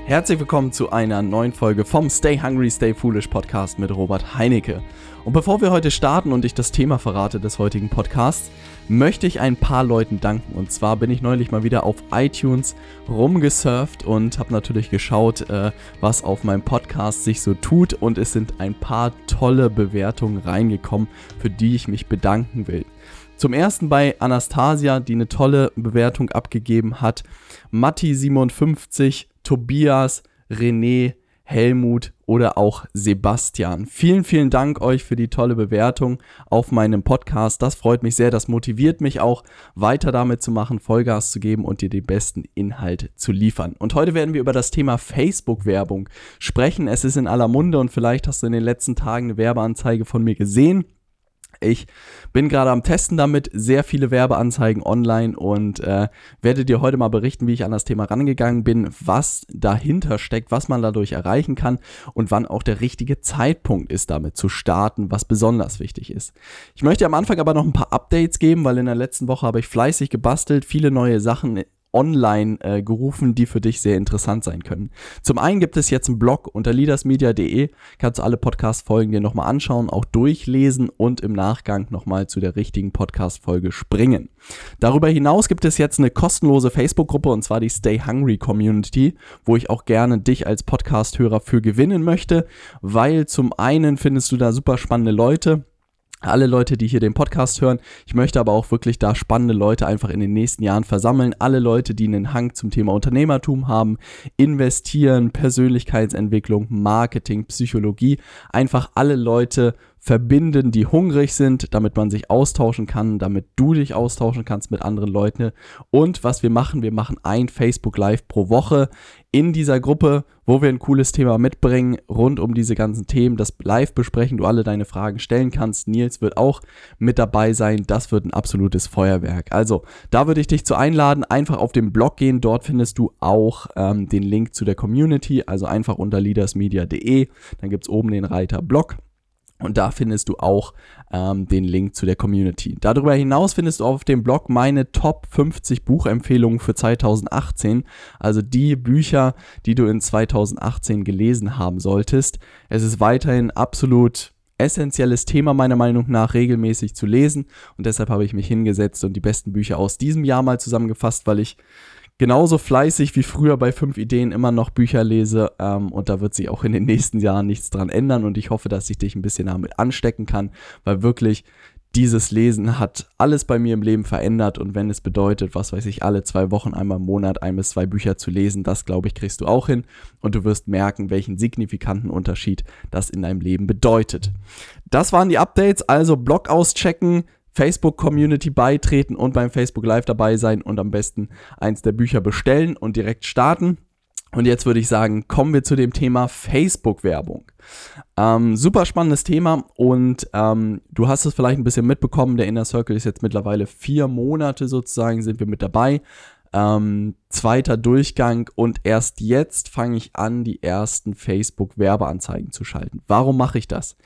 Herzlich willkommen zu einer neuen Folge vom Stay Hungry, Stay Foolish Podcast mit Robert Heinecke. Und bevor wir heute starten und ich das Thema verrate des heutigen Podcasts, möchte ich ein paar Leuten danken. Und zwar bin ich neulich mal wieder auf iTunes rumgesurft und habe natürlich geschaut, was auf meinem Podcast sich so tut. Und es sind ein paar tolle Bewertungen reingekommen, für die ich mich bedanken will. Zum ersten bei Anastasia, die eine tolle Bewertung abgegeben hat. Matti57, Tobias, René, Helmut oder auch Sebastian. Vielen, vielen Dank euch für die tolle Bewertung auf meinem Podcast. Das freut mich sehr, das motiviert mich auch, weiter damit zu machen, Vollgas zu geben und dir den besten Inhalt zu liefern. Und heute werden wir über das Thema Facebook-Werbung sprechen. Es ist in aller Munde und vielleicht hast du in den letzten Tagen eine Werbeanzeige von mir gesehen. Ich bin gerade am Testen damit, sehr viele Werbeanzeigen online und werde dir heute mal berichten, wie ich an das Thema rangegangen bin, was dahinter steckt, was man dadurch erreichen kann und wann auch der richtige Zeitpunkt ist, damit zu starten, was besonders wichtig ist. Ich möchte am Anfang aber noch ein paar Updates geben, weil in der letzten Woche habe ich fleißig gebastelt, viele neue Sachen online gerufen, die für dich sehr interessant sein können. Zum einen gibt es jetzt einen Blog unter leadersmedia.de, kannst du alle Podcast-Folgen dir nochmal anschauen, auch durchlesen und im Nachgang nochmal zu der richtigen Podcast-Folge springen. Darüber hinaus gibt es jetzt eine kostenlose Facebook-Gruppe und zwar die Stay Hungry Community, wo ich auch gerne dich als Podcast-Hörer für gewinnen möchte, weil zum einen findest du da super spannende Leute, alle Leute, die hier den Podcast hören. Ich möchte aber auch wirklich da spannende Leute einfach in den nächsten Jahren versammeln. Alle Leute, die einen Hang zum Thema Unternehmertum haben, investieren, Persönlichkeitsentwicklung, Marketing, Psychologie. Einfach alle Leute verbinden, die hungrig sind, damit man sich austauschen kann, damit du dich austauschen kannst mit anderen Leuten. Und was wir machen ein Facebook Live pro Woche in dieser Gruppe, wo wir ein cooles Thema mitbringen, rund um diese ganzen Themen, das live besprechen, du alle deine Fragen stellen kannst. Nils wird auch mit dabei sein, das wird ein absolutes Feuerwerk. Also, da würde ich dich zu einladen, einfach auf den Blog gehen, dort findest du auch den Link zu der Community, also einfach unter leadersmedia.de, dann gibt es oben den Reiter Blog. Und da findest du auch den Link zu der Community. Darüber hinaus findest du auf dem Blog meine Top 50 Buchempfehlungen für 2018. Also die Bücher, die du in 2018 gelesen haben solltest. Es ist weiterhin absolut essentielles Thema meiner Meinung nach, regelmäßig zu lesen. Und deshalb habe ich mich hingesetzt und die besten Bücher aus diesem Jahr mal zusammengefasst, weil ich genauso fleißig wie früher bei 5 Ideen immer noch Bücher lese und da wird sich auch in den nächsten Jahren nichts dran ändern und ich hoffe, dass ich dich ein bisschen damit anstecken kann, weil wirklich dieses Lesen hat alles bei mir im Leben verändert und wenn es bedeutet, was weiß ich, alle 2 Wochen, einmal im Monat 1 bis 2 Bücher zu lesen, das glaube ich kriegst du auch hin und du wirst merken, welchen signifikanten Unterschied das in deinem Leben bedeutet. Das waren die Updates, also Blog auschecken, Facebook-Community beitreten und beim Facebook Live dabei sein und am besten eins der Bücher bestellen und direkt starten. Und jetzt würde ich sagen, kommen wir zu dem Thema Facebook-Werbung. Super spannendes Thema und du hast es vielleicht ein bisschen mitbekommen, der Inner Circle ist jetzt mittlerweile 4 Monate sozusagen, sind wir mit dabei. Zweiter Durchgang und erst jetzt fange ich an, die ersten Facebook-Werbeanzeigen zu schalten. Warum mache ich das?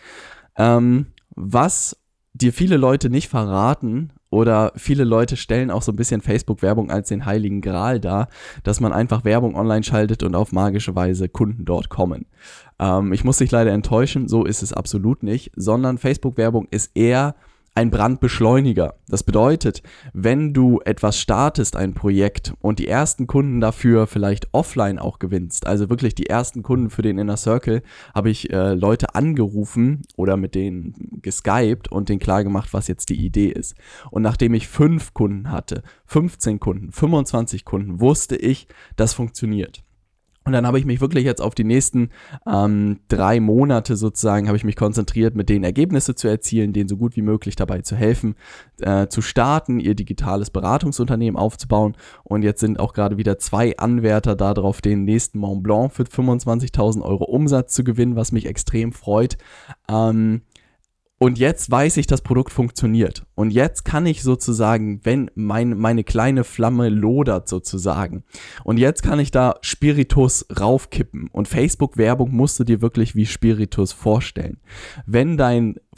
Was dir viele Leute nicht verraten oder viele Leute stellen auch so ein bisschen Facebook-Werbung als den heiligen Gral dar, dass man einfach Werbung online schaltet und auf magische Weise Kunden dort kommen. Ich muss dich leider enttäuschen, so ist es absolut nicht, sondern Facebook-Werbung ist eher ein Brandbeschleuniger. Das bedeutet, wenn du etwas startest, ein Projekt und die ersten Kunden dafür vielleicht offline auch gewinnst, also wirklich die ersten Kunden für den Inner Circle, habe ich Leute angerufen oder mit denen geskypt und denen klargemacht, was jetzt die Idee ist. Und nachdem ich 5 Kunden hatte, 15 Kunden, 25 Kunden, wusste ich, das funktioniert. Und dann habe ich mich wirklich jetzt auf die nächsten 3 Monate sozusagen, habe ich mich konzentriert, mit denen Ergebnisse zu erzielen, denen so gut wie möglich dabei zu helfen, zu starten, ihr digitales Beratungsunternehmen aufzubauen. Und jetzt sind auch gerade wieder 2 Anwärter darauf, den nächsten Mont Blanc für 25.000 Euro Umsatz zu gewinnen, was mich extrem freut. Und jetzt weiß ich, das Produkt funktioniert. Und jetzt kann ich sozusagen, wenn meine kleine Flamme lodert sozusagen, und jetzt kann ich da Spiritus raufkippen. Und Facebook-Werbung musst du dir wirklich wie Spiritus vorstellen. Wenn dein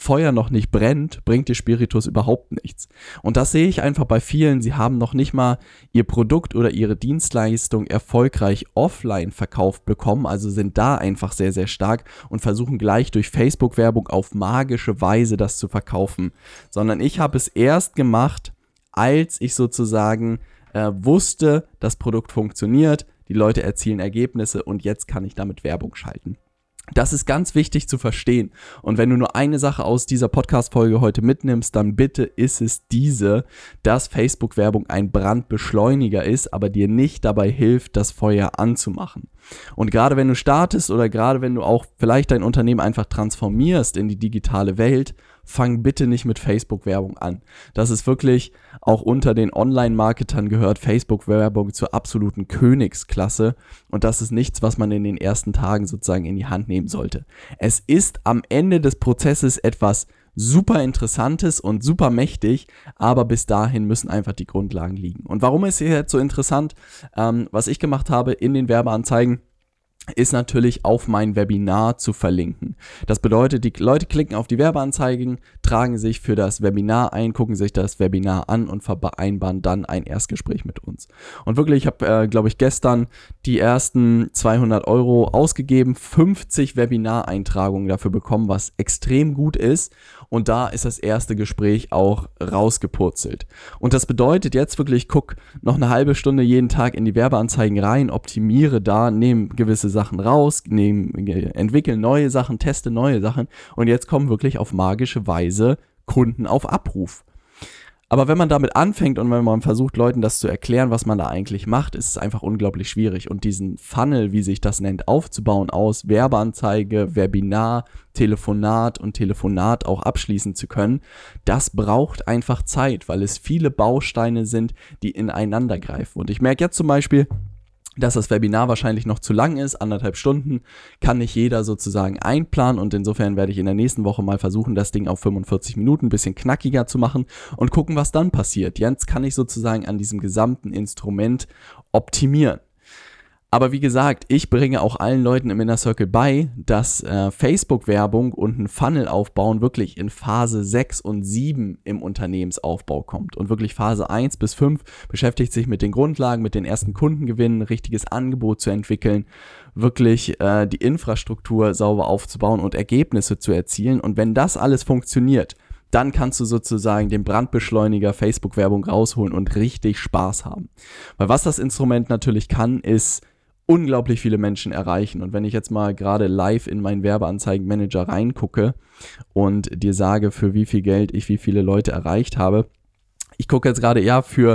Feuer noch nicht brennt, bringt dir Spiritus überhaupt nichts. Und das sehe ich einfach bei vielen, sie haben noch nicht mal ihr Produkt oder ihre Dienstleistung erfolgreich offline verkauft bekommen, also sind da einfach sehr, sehr stark und versuchen gleich durch Facebook-Werbung auf magische Weise das zu verkaufen. Sondern ich habe es erst gemacht, als ich sozusagen wusste, das Produkt funktioniert, die Leute erzielen Ergebnisse und jetzt kann ich damit Werbung schalten. Das ist ganz wichtig zu verstehen. Und wenn du nur eine Sache aus dieser Podcast-Folge heute mitnimmst, dann bitte ist es diese, dass Facebook-Werbung ein Brandbeschleuniger ist, aber dir nicht dabei hilft, das Feuer anzumachen. Und gerade wenn du startest oder gerade wenn du auch vielleicht dein Unternehmen einfach transformierst in die digitale Welt, fang bitte nicht mit Facebook-Werbung an. Das ist wirklich, auch unter den Online-Marketern gehört Facebook-Werbung zur absoluten Königsklasse und das ist nichts, was man in den ersten Tagen sozusagen in die Hand nehmen sollte. Es ist am Ende des Prozesses etwas super Interessantes und super mächtig, aber bis dahin müssen einfach die Grundlagen liegen. Und warum ist es jetzt so interessant? Was ich gemacht habe in den Werbeanzeigen, ist natürlich auf mein Webinar zu verlinken. Das bedeutet, die Leute klicken auf die Werbeanzeigen, tragen sich für das Webinar ein, gucken sich das Webinar an und vereinbaren dann ein Erstgespräch mit uns. Und wirklich, ich habe, glaube ich, gestern die ersten 200 € ausgegeben, 50 Webinareintragungen dafür bekommen, was extrem gut ist. Und da ist das erste Gespräch auch rausgepurzelt. Und das bedeutet jetzt wirklich, guck noch eine halbe Stunde jeden Tag in die Werbeanzeigen rein, optimiere da, nehme gewisse Sachen raus, entwickle neue Sachen, teste neue Sachen und jetzt kommen wirklich auf magische Weise Kunden auf Abruf. Aber wenn man damit anfängt und wenn man versucht, Leuten das zu erklären, was man da eigentlich macht, ist es einfach unglaublich schwierig. Und diesen Funnel, wie sich das nennt, aufzubauen aus Werbeanzeige, Webinar, Telefonat und Telefonat auch abschließen zu können, das braucht einfach Zeit, weil es viele Bausteine sind, die ineinander greifen. Und ich merke jetzt zum Beispiel, dass das Webinar wahrscheinlich noch zu lang ist, 1,5 Stunden, kann nicht jeder sozusagen einplanen und insofern werde ich in der nächsten Woche mal versuchen, das Ding auf 45 Minuten ein bisschen knackiger zu machen und gucken, was dann passiert. Jetzt kann ich sozusagen an diesem gesamten Instrument optimieren. Aber wie gesagt, ich bringe auch allen Leuten im Inner Circle bei, dass Facebook-Werbung und ein Funnel aufbauen wirklich in Phase 6 und 7 im Unternehmensaufbau kommt. Und wirklich Phase 1 bis 5 beschäftigt sich mit den Grundlagen, mit den ersten Kundengewinnen, ein richtiges Angebot zu entwickeln, wirklich die Infrastruktur sauber aufzubauen und Ergebnisse zu erzielen. Und wenn das alles funktioniert, dann kannst du sozusagen den Brandbeschleuniger Facebook-Werbung rausholen und richtig Spaß haben. Weil was das Instrument natürlich kann, ist unglaublich viele Menschen erreichen. Und wenn ich jetzt mal gerade live in meinen Werbeanzeigenmanager reingucke und dir sage, für wie viel Geld ich wie viele Leute erreicht habe, ich gucke jetzt gerade, ja, für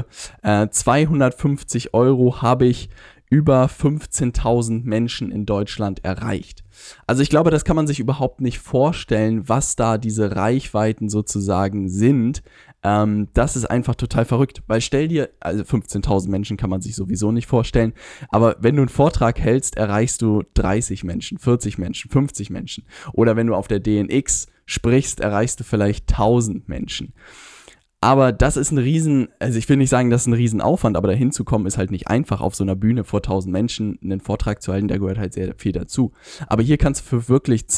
250 € habe ich über 15.000 Menschen in Deutschland erreicht. Also ich glaube, das kann man sich überhaupt nicht vorstellen, was da diese Reichweiten sozusagen sind. Das ist einfach total verrückt, weil stell dir, also 15.000 Menschen kann man sich sowieso nicht vorstellen, aber wenn du einen Vortrag hältst, erreichst du 30 Menschen, 40 Menschen, 50 Menschen. Oder wenn du auf der DNX sprichst, erreichst du vielleicht 1000 Menschen. Aber das ist also ich will nicht sagen, das ist ein Riesenaufwand, aber dahin zu kommen ist halt nicht einfach, auf so einer Bühne vor 1000 Menschen einen Vortrag zu halten, da gehört halt sehr viel dazu. Aber hier kannst du für wirklich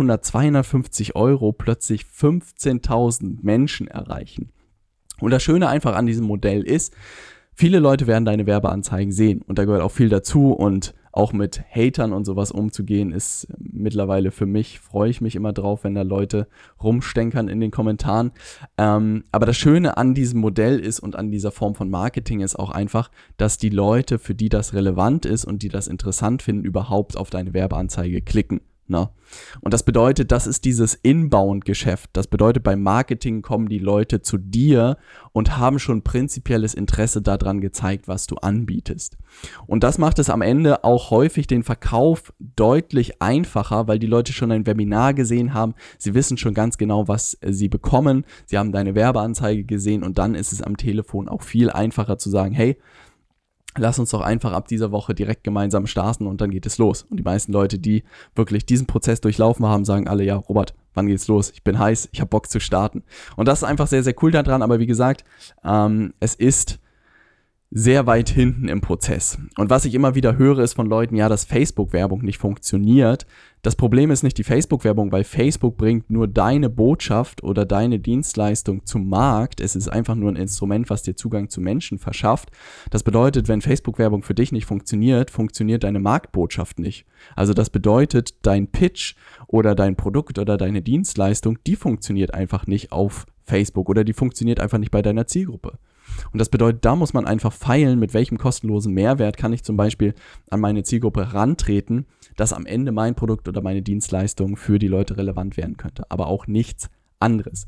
250 € plötzlich 15.000 Menschen erreichen. Und das Schöne einfach an diesem Modell ist, viele Leute werden deine Werbeanzeigen sehen und da gehört auch viel dazu und auch mit Hatern und sowas umzugehen ist mittlerweile für mich, freue ich mich immer drauf, wenn da Leute rumstenkern in den Kommentaren. Aber das Schöne an diesem Modell ist und an dieser Form von Marketing ist auch einfach, dass die Leute, für die das relevant ist und die das interessant finden, überhaupt auf deine Werbeanzeige klicken. Na? Und das bedeutet, das ist dieses Inbound-Geschäft. Das bedeutet, beim Marketing kommen die Leute zu dir und haben schon prinzipielles Interesse daran gezeigt, was du anbietest. Und das macht es am Ende auch häufig den Verkauf deutlich einfacher, weil die Leute schon ein Webinar gesehen haben. Sie wissen schon ganz genau, was sie bekommen. Sie haben deine Werbeanzeige gesehen und dann ist es am Telefon auch viel einfacher zu sagen, hey, lass uns doch einfach ab dieser Woche direkt gemeinsam starten und dann geht es los. Und die meisten Leute, die wirklich diesen Prozess durchlaufen haben, sagen alle, ja, Robert, wann geht's los? Ich bin heiß, ich habe Bock zu starten. Und das ist einfach sehr, sehr cool daran. Aber wie gesagt, es ist sehr weit hinten im Prozess. Und was ich immer wieder höre, ist von Leuten, ja, dass Facebook-Werbung nicht funktioniert. Das Problem ist nicht die Facebook-Werbung, weil Facebook bringt nur deine Botschaft oder deine Dienstleistung zum Markt. Es ist einfach nur ein Instrument, was dir Zugang zu Menschen verschafft. Das bedeutet, wenn Facebook-Werbung für dich nicht funktioniert, funktioniert deine Marktbotschaft nicht. Also das bedeutet, dein Pitch oder dein Produkt oder deine Dienstleistung, die funktioniert einfach nicht auf Facebook oder die funktioniert einfach nicht bei deiner Zielgruppe. Und das bedeutet, da muss man einfach feilen, mit welchem kostenlosen Mehrwert kann ich zum Beispiel an meine Zielgruppe herantreten, dass am Ende mein Produkt oder meine Dienstleistung für die Leute relevant werden könnte, aber auch nichts anderes.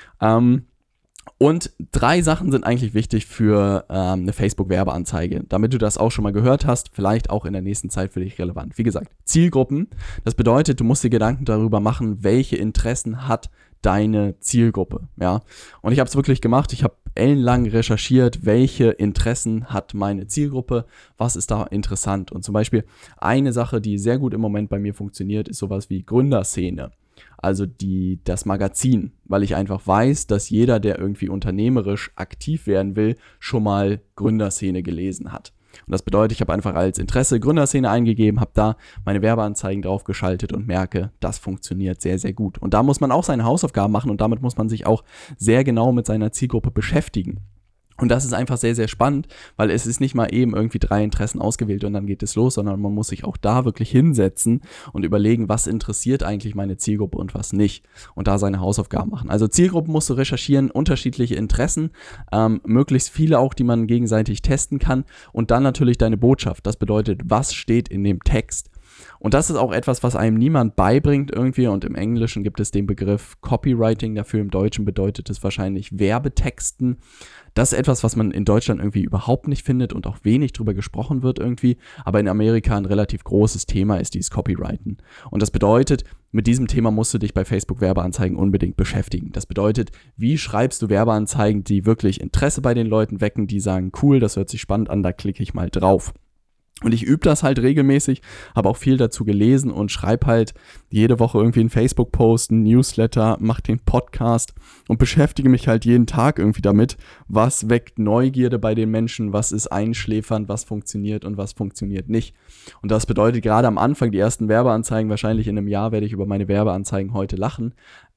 Und 3 Sachen sind eigentlich wichtig für eine Facebook-Werbeanzeige, damit du das auch schon mal gehört hast, vielleicht auch in der nächsten Zeit für dich relevant. Wie gesagt, Zielgruppen, das bedeutet, du musst dir Gedanken darüber machen, welche Interessen hat deine Zielgruppe, ja. Und ich habe es wirklich gemacht, ich habe ellenlang recherchiert, welche Interessen hat meine Zielgruppe, was ist da interessant. Und zum Beispiel eine Sache, die sehr gut im Moment bei mir funktioniert, ist sowas wie Gründerszene. Also das Magazin, weil ich einfach weiß, dass jeder, der irgendwie unternehmerisch aktiv werden will, schon mal Gründerszene gelesen hat. Und das bedeutet, ich habe einfach als Interesse Gründerszene eingegeben, habe da meine Werbeanzeigen draufgeschaltet und merke, das funktioniert sehr, sehr gut. Und da muss man auch seine Hausaufgaben machen und damit muss man sich auch sehr genau mit seiner Zielgruppe beschäftigen. Und das ist einfach sehr, sehr spannend, weil es ist nicht mal eben irgendwie 3 Interessen ausgewählt und dann geht es los, sondern man muss sich auch da wirklich hinsetzen und überlegen, was interessiert eigentlich meine Zielgruppe und was nicht. Und da seine Hausaufgaben machen. Also Zielgruppen musst du recherchieren, unterschiedliche Interessen, möglichst viele auch, die man gegenseitig testen kann. Und dann natürlich deine Botschaft. Das bedeutet, was steht in dem Text. Und das ist auch etwas, was einem niemand beibringt irgendwie und im Englischen gibt es den Begriff Copywriting dafür, im Deutschen bedeutet es wahrscheinlich Werbetexten. Das ist etwas, was man in Deutschland irgendwie überhaupt nicht findet und auch wenig drüber gesprochen wird irgendwie, aber in Amerika ein relativ großes Thema ist dieses Copywriting. Und das bedeutet, mit diesem Thema musst du dich bei Facebook-Werbeanzeigen unbedingt beschäftigen. Das bedeutet, wie schreibst du Werbeanzeigen, die wirklich Interesse bei den Leuten wecken, die sagen, cool, das hört sich spannend an, da klicke ich mal drauf. Und ich übe das halt regelmäßig, habe auch viel dazu gelesen und schreibe halt jede Woche irgendwie einen Facebook-Post, einen Newsletter, mache den Podcast und beschäftige mich halt jeden Tag irgendwie damit, was weckt Neugierde bei den Menschen, was ist einschläfernd, was funktioniert und was funktioniert nicht. Und das bedeutet gerade am Anfang, die ersten Werbeanzeigen, wahrscheinlich in einem Jahr werde ich über meine Werbeanzeigen heute lachen,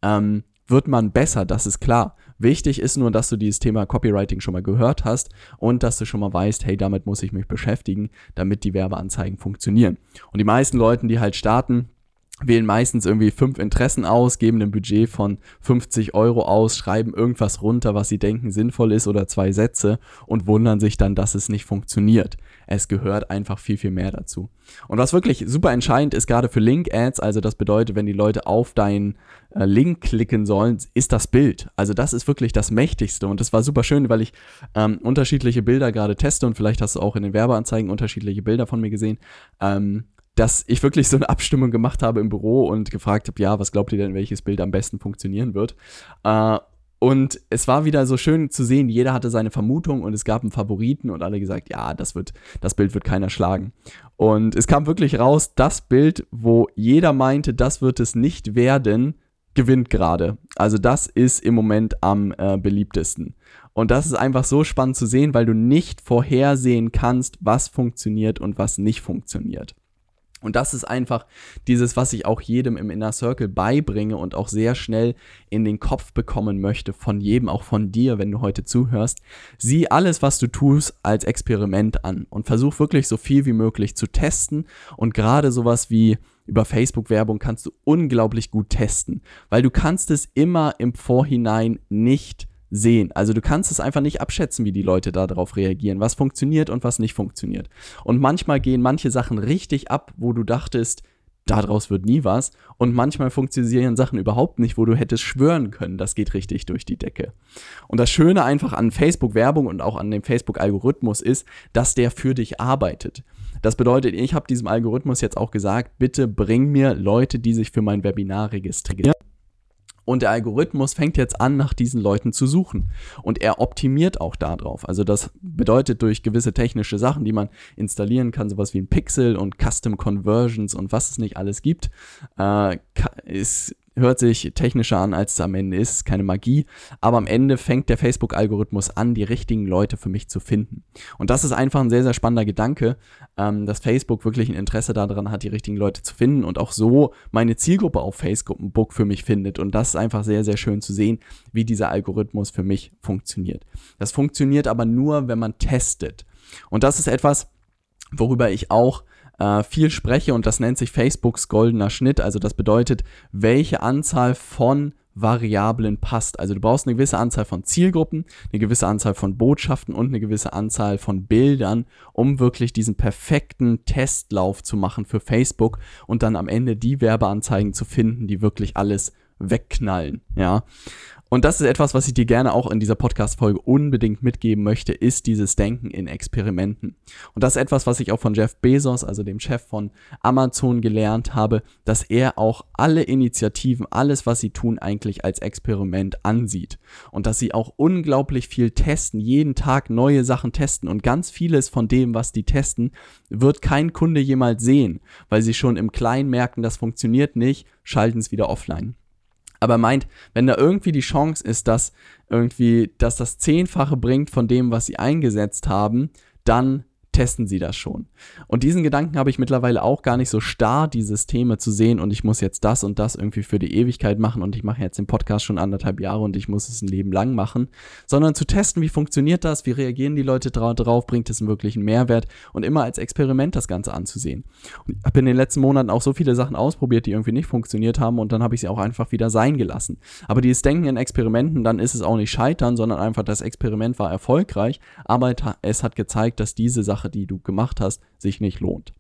wird man besser, das ist klar. Wichtig ist nur, dass du dieses Thema Copywriting schon mal gehört hast und dass du schon mal weißt, hey, damit muss ich mich beschäftigen, damit die Werbeanzeigen funktionieren. Und die meisten Leute, die halt starten, wählen meistens irgendwie 5 Interessen aus, geben ein Budget von 50 € aus, schreiben irgendwas runter, was sie denken sinnvoll ist oder 2 Sätze und wundern sich dann, dass es nicht funktioniert. Es gehört einfach viel, viel mehr dazu. Und was wirklich super entscheidend ist, gerade für Link-Ads, also das bedeutet, wenn die Leute auf deinen Link klicken sollen, ist das Bild. Also das ist wirklich das Mächtigste und das war super schön, weil ich unterschiedliche Bilder gerade teste und vielleicht hast du auch in den Werbeanzeigen unterschiedliche Bilder von mir gesehen, dass ich wirklich so eine Abstimmung gemacht habe im Büro und gefragt habe, ja, was glaubt ihr denn, welches Bild am besten funktionieren wird? Und es war wieder so schön zu sehen, jeder hatte seine Vermutung und es gab einen Favoriten und alle gesagt, ja, das Bild wird keiner schlagen. Und es kam wirklich raus, das Bild, wo jeder meinte, das wird es nicht werden, gewinnt gerade. Also das ist im Moment am beliebtesten. Und das ist einfach so spannend zu sehen, weil du nicht vorhersehen kannst, was funktioniert und was nicht funktioniert. Und das ist einfach dieses, was ich auch jedem im Inner Circle beibringe und auch sehr schnell in den Kopf bekommen möchte von jedem, auch von dir, wenn du heute zuhörst. Sieh alles, was du tust, als Experiment an und versuch wirklich so viel wie möglich zu testen. Und gerade sowas wie über Facebook-Werbung kannst du unglaublich gut testen, weil du kannst es immer im Vorhinein nicht sehen. Also du kannst es einfach nicht abschätzen, wie die Leute darauf reagieren, was funktioniert und was nicht funktioniert. Und manchmal gehen manche Sachen richtig ab, wo du dachtest, daraus wird nie was. Und manchmal funktionieren Sachen überhaupt nicht, wo du hättest schwören können, das geht richtig durch die Decke. Und das Schöne einfach an Facebook-Werbung und auch an dem Facebook-Algorithmus ist, dass der für dich arbeitet. Das bedeutet, ich habe diesem Algorithmus jetzt auch gesagt, bitte bring mir Leute, die sich für mein Webinar registrieren. Und der Algorithmus fängt jetzt an, nach diesen Leuten zu suchen. Und er optimiert auch darauf. Also das bedeutet, durch gewisse technische Sachen, die man installieren kann, sowas wie ein Pixel und Custom Conversions und was es nicht alles gibt, hört sich technischer an, als es am Ende ist, keine Magie, aber am Ende fängt der Facebook-Algorithmus an, die richtigen Leute für mich zu finden. Und das ist einfach ein sehr, sehr spannender Gedanke, dass Facebook wirklich ein Interesse daran hat, die richtigen Leute zu finden und auch so meine Zielgruppe auf Facebook für mich findet. Und das ist einfach sehr, sehr schön zu sehen, wie dieser Algorithmus für mich funktioniert. Das funktioniert aber nur, wenn man testet. Und das ist etwas, worüber ich auch viel spreche, und das nennt sich Facebooks goldener Schnitt. Also das bedeutet, welche Anzahl von Variablen passt. Also du brauchst eine gewisse Anzahl von Zielgruppen, eine gewisse Anzahl von Botschaften und eine gewisse Anzahl von Bildern, um wirklich diesen perfekten Testlauf zu machen für Facebook und dann am Ende die Werbeanzeigen zu finden, die wirklich alles wegknallen, ja. Und das ist etwas, was ich dir gerne auch in dieser Podcast-Folge unbedingt mitgeben möchte, ist dieses Denken in Experimenten. Und das ist etwas, was ich auch von Jeff Bezos, also dem Chef von Amazon, gelernt habe, dass er auch alle Initiativen, alles, was sie tun, eigentlich als Experiment ansieht. Und dass sie auch unglaublich viel testen, jeden Tag neue Sachen testen. Und ganz vieles von dem, was die testen, wird kein Kunde jemals sehen, weil sie schon im Kleinen merken, das funktioniert nicht, schalten es wieder offline. Aber meint, wenn da irgendwie die Chance ist, dass das 10-fache bringt von dem, was sie eingesetzt haben, dann testen sie das schon. Und diesen Gedanken habe ich mittlerweile auch gar nicht so starr, die Systeme zu sehen und ich muss jetzt das und das irgendwie für die Ewigkeit machen und ich mache jetzt den Podcast schon 1,5 Jahre und ich muss es ein Leben lang machen, sondern zu testen, wie funktioniert das, wie reagieren die Leute drauf, bringt es einen wirklichen Mehrwert und immer als Experiment das Ganze anzusehen. Und ich habe in den letzten Monaten auch so viele Sachen ausprobiert, die irgendwie nicht funktioniert haben und dann habe ich sie auch einfach wieder sein gelassen. Aber dieses Denken in Experimenten, dann ist es auch nicht scheitern, sondern einfach das Experiment war erfolgreich, aber es hat gezeigt, dass diese Sache, die du gemacht hast, sich nicht lohnt.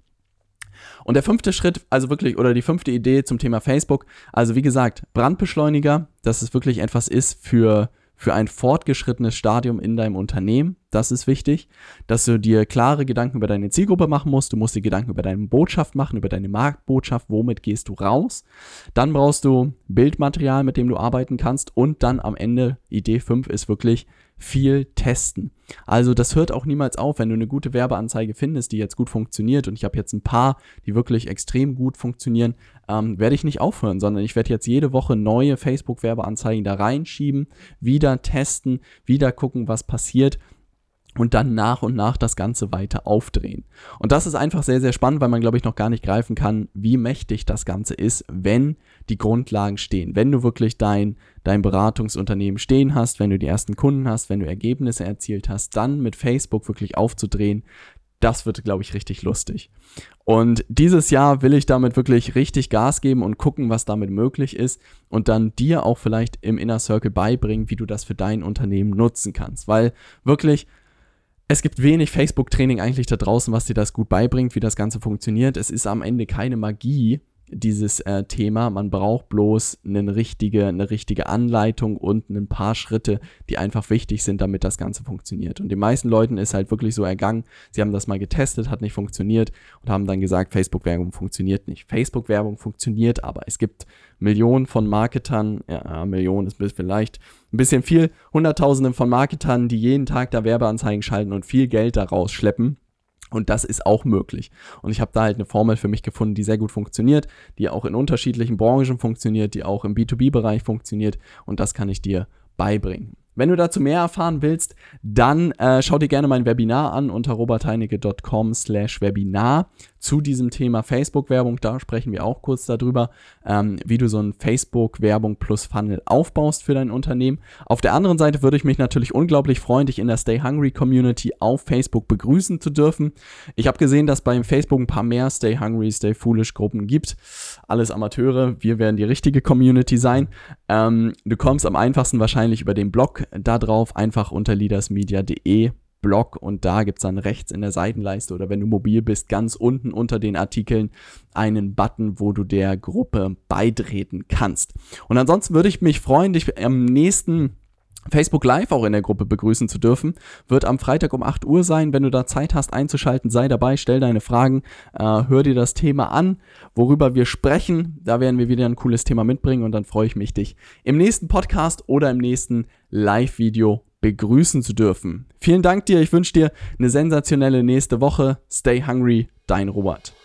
Und der 5. Schritt, also wirklich, oder die 5. Idee zum Thema Facebook, also wie gesagt, Brandbeschleuniger, dass es wirklich etwas ist für ein fortgeschrittenes Stadium in deinem Unternehmen, das ist wichtig, dass du dir klare Gedanken über deine Zielgruppe machen musst, du musst dir Gedanken über deine Botschaft machen, über deine Marktbotschaft, womit gehst du raus, dann brauchst du Bildmaterial, mit dem du arbeiten kannst und dann am Ende, Idee 5 ist wirklich viel testen. Also das hört auch niemals auf, wenn du eine gute Werbeanzeige findest, die jetzt gut funktioniert und ich habe jetzt ein paar, die wirklich extrem gut funktionieren, werde ich nicht aufhören, sondern ich werde jetzt jede Woche neue Facebook-Werbeanzeigen da reinschieben, wieder testen, wieder gucken, was passiert und dann nach und nach das Ganze weiter aufdrehen. Und das ist einfach sehr, sehr spannend, weil man, glaube ich, noch gar nicht greifen kann, wie mächtig das Ganze ist, wenn die Grundlagen stehen. Wenn du wirklich dein Beratungsunternehmen stehen hast, wenn du die ersten Kunden hast, wenn du Ergebnisse erzielt hast, dann mit Facebook wirklich aufzudrehen, das wird, glaube ich, richtig lustig. Und dieses Jahr will ich damit wirklich richtig Gas geben und gucken, was damit möglich ist und dann dir auch vielleicht im Inner Circle beibringen, wie du das für dein Unternehmen nutzen kannst. Weil wirklich, es gibt wenig Facebook-Training eigentlich da draußen, was dir das gut beibringt, wie das Ganze funktioniert. Es ist am Ende keine Magie, dieses Thema. Man braucht bloß eine richtige Anleitung und ein paar Schritte, die einfach wichtig sind, damit das Ganze funktioniert. Und den meisten Leuten ist halt wirklich so ergangen, sie haben das mal getestet, hat nicht funktioniert und haben dann gesagt, Facebook-Werbung funktioniert nicht. Facebook-Werbung funktioniert, aber es gibt Millionen von Marketern, ja, Millionen ist vielleicht ein bisschen viel, Hunderttausende von Marketern, die jeden Tag da Werbeanzeigen schalten und viel Geld daraus schleppen. Und das ist auch möglich. Und ich habe da halt eine Formel für mich gefunden, die sehr gut funktioniert, die auch in unterschiedlichen Branchen funktioniert, die auch im B2B-Bereich funktioniert. Und das kann ich dir beibringen. Wenn du dazu mehr erfahren willst, dann schau dir gerne mein Webinar an unter robertheinecke.com/Webinar zu diesem Thema Facebook-Werbung. Da sprechen wir auch kurz darüber, wie du so ein Facebook-Werbung plus Funnel aufbaust für dein Unternehmen. Auf der anderen Seite würde ich mich natürlich unglaublich freuen, dich in der Stay Hungry Community auf Facebook begrüßen zu dürfen. Ich habe gesehen, dass bei Facebook ein paar mehr Stay Hungry, Stay Foolish Gruppen gibt. Alles Amateure, wir werden die richtige Community sein. Du kommst am einfachsten wahrscheinlich über den Blog da drauf, einfach unter leadersmedia.de Blog und da gibt es dann rechts in der Seitenleiste oder wenn du mobil bist, ganz unten unter den Artikeln einen Button, wo du der Gruppe beitreten kannst. Und ansonsten würde ich mich freuen, dich am nächsten Facebook Live auch in der Gruppe begrüßen zu dürfen. Wird am Freitag um 8 Uhr sein. Wenn du da Zeit hast einzuschalten, sei dabei, stell deine Fragen, hör dir das Thema an, worüber wir sprechen. Da werden wir wieder ein cooles Thema mitbringen und dann freue ich mich, dich im nächsten Podcast oder im nächsten Live-Video begrüßen zu dürfen. Vielen Dank dir, ich wünsche dir eine sensationelle nächste Woche. Stay hungry, dein Robert.